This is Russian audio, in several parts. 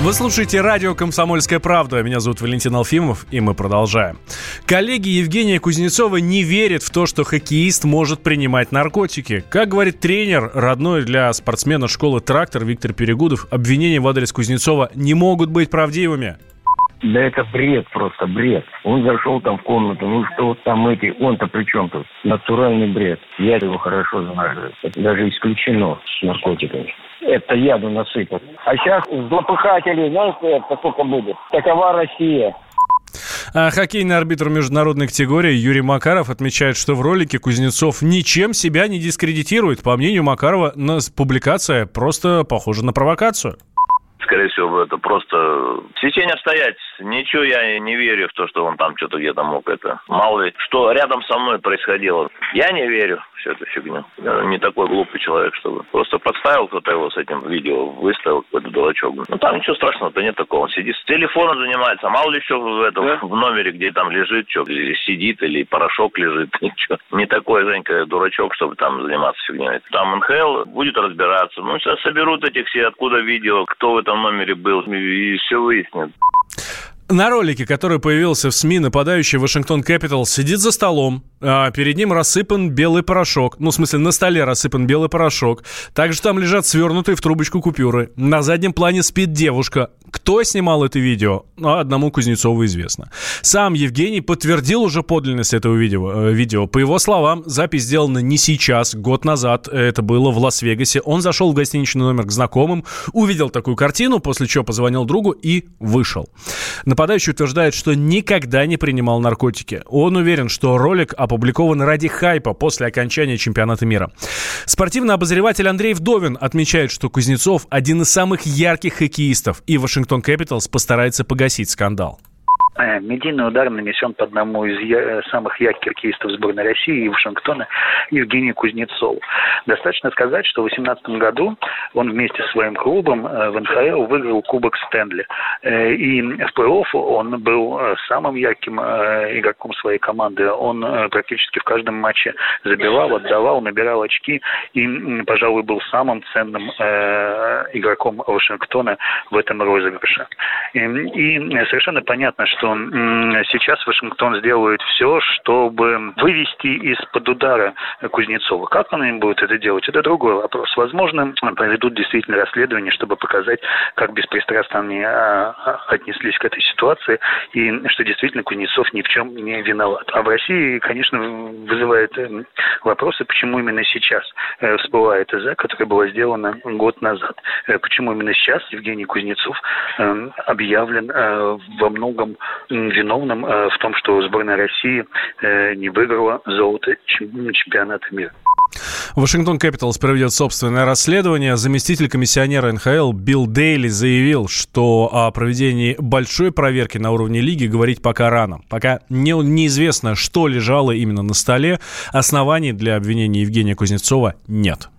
Вы слушаете радио «Комсомольская правда». Меня зовут Валентин Алфимов, и мы продолжаем. Коллеги Евгения Кузнецова не верят в то, что хоккеист может принимать наркотики. Как говорит тренер, родной для спортсмена школы «Трактор» Виктор Перегудов, обвинения в адрес Кузнецова не могут быть правдивыми. Да это бред, просто бред. Он зашел там в комнату, ну что там он-то при чем тут? Натуральный бред. Я его хорошо знаю. Это даже исключено с наркотиками. Это яду насыпят. А сейчас злопыхатели, знаете, сколько будет? Такова Россия. А хоккейный арбитр международной категории Юрий Макаров отмечает, что в ролике Кузнецов ничем себя не дискредитирует. По мнению Макарова, публикация просто похожа на провокацию. Скорее всего, это просто стечение обстоятельств. Ничего я не верю в то, что он там что-то где-то мог это. Мало ли, что рядом со мной происходило. Я не верю в всю эту фигню. Я не такой глупый человек, чтобы просто подставил кто-то его с этим видео, выставил какой-то дурачок. Ну там ничего страшного-то нет такого. Он сидит с телефоном занимается. Мало ли что в номере, где там лежит, что или сидит, или порошок лежит. Ничего. Не такой, Женька, дурачок, чтобы там заниматься фигней. Там НХЛ будет разбираться. Ну, сейчас соберут этих все, откуда видео, кто в этом номере был, и все выяснят. На ролике, который появился в СМИ, нападающий Вашингтон Кэпитал сидит за столом, а перед ним рассыпан белый порошок. Ну, в смысле, на столе рассыпан белый порошок. Также там лежат свернутые в трубочку купюры. На заднем плане спит девушка. Кто снимал это видео? Одному Кузнецову известно. Сам Евгений подтвердил уже подлинность этого видео. По его словам, запись сделана не сейчас, год назад. Это было в Лас-Вегасе. Он зашел в гостиничный номер к знакомым, увидел такую картину, после чего позвонил другу и вышел. Нападающий утверждает, что никогда не принимал наркотики. Он уверен, что ролик опубликован ради хайпа после окончания чемпионата мира. Спортивный обозреватель Андрей Вдовин отмечает, что Кузнецов один из самых ярких хоккеистов, и Вашингтон Кэпиталс постарается погасить скандал. Медийный удар нанесен по одному из самых ярких хоккеистов сборной России и Вашингтона Евгению Кузнецову. Достаточно сказать, что в 2018 году он вместе с своим клубом в НХЛ выиграл Кубок Стэнли. И в плей-офф он был самым ярким игроком своей команды. Он практически в каждом матче забивал, отдавал, набирал очки и, пожалуй, был самым ценным игроком Вашингтона в этом розыгрыше. И совершенно понятно, что сейчас Вашингтон сделает все, чтобы вывести из-под удара Кузнецова. Как он им будет это делать, это другой вопрос. Возможно, проведут действительно расследование, чтобы показать, как беспристрастно они отнеслись к этой ситуации, и что действительно Кузнецов ни в чем не виноват. А в России, конечно, вызывает вопросы, почему именно сейчас всплывает ТЗ, которая была сделана год назад. Почему именно сейчас Евгений Кузнецов объявлен во многом виновным в том, что сборная России не выиграла золото чемпионата мира. Вашингтон Кэпиталс проведет собственное расследование. Заместитель комиссионера НХЛ Билл Дейли заявил, что о проведении большой проверки на уровне лиги говорить пока рано. Пока неизвестно, что лежало именно на столе. Оснований для обвинения Евгения Кузнецова нет.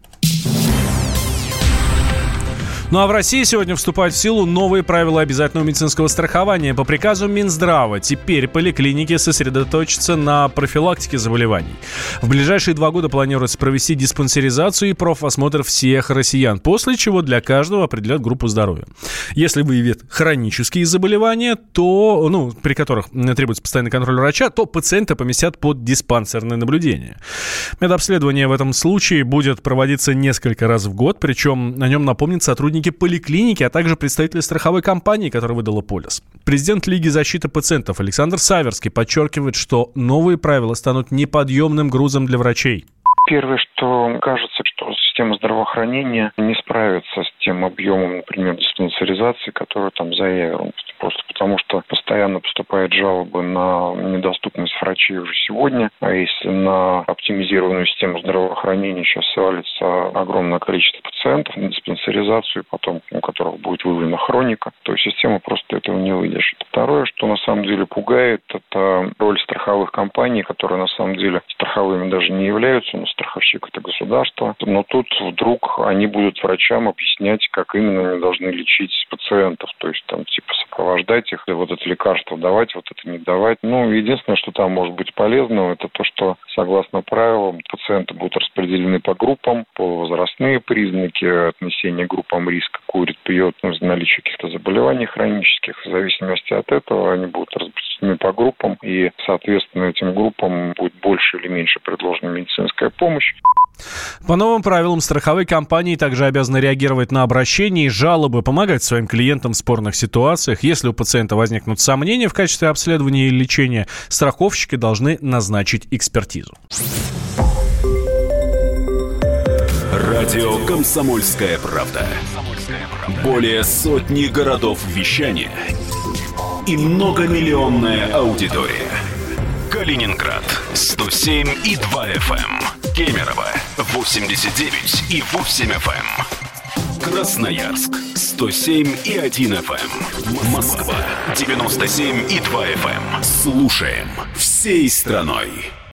Ну а в России сегодня вступают в силу новые правила обязательного медицинского страхования. По приказу Минздрава теперь поликлиники сосредоточатся на профилактике заболеваний. В ближайшие 2 года планируется провести диспансеризацию и профосмотр всех россиян, после чего для каждого определят группу здоровья. Если выявят хронические заболевания, то, при которых требуется постоянный контроль врача, то пациента поместят под диспансерное наблюдение. Медобследование в этом случае будет проводиться несколько раз в год, причем на нем напомнят сотрудники поликлиники, а также представители страховой компании, которая выдала полис. Президент Лиги защиты пациентов Александр Саверский подчеркивает, что новые правила станут неподъемным грузом для врачей. Первое, что кажется, что система здравоохранения не справится с тем объемом, например, диспансеризации, который там заявлен. Просто потому, что постоянно поступают жалобы на недоступность врачей уже сегодня. А если на оптимизированную систему здравоохранения сейчас свалится огромное количество пациентов на диспансеризацию, потом у которых будет выявлена хроника, то система просто этого не выдержит. Второе, что на самом деле пугает, это роль страховых компаний, которые на самом деле страховыми даже не являются, но страховщик – это государство. Но тут вдруг они будут врачам объяснять, как именно они должны лечить пациентов. То есть там типа сопровождать их, вот это лекарство давать, вот это не давать. Единственное, что там может быть полезного, это то, что что согласно правилам пациенты будут распределены по группам, полувозрастные признаки, отнесение к группам риска, курит, пьет, наличие каких-то заболеваний хронических. В зависимости от этого они будут распределены по группам, и, соответственно, этим группам будет больше или меньше предложена медицинская помощь. По новым правилам, страховые компании также обязаны реагировать на обращения и жалобы, помогать своим клиентам в спорных ситуациях. Если у пациента возникнут сомнения в качестве обследования или лечения, страховщики должны назначить экспертизу. Радио «Комсомольская правда». Более сотни городов вещания и многомиллионная аудитория. Калининград 107,2 FM. Кемерово 89,8 FM. Красноярск 107,1 FM. Москва 97,2 FM. Слушаем всей страной.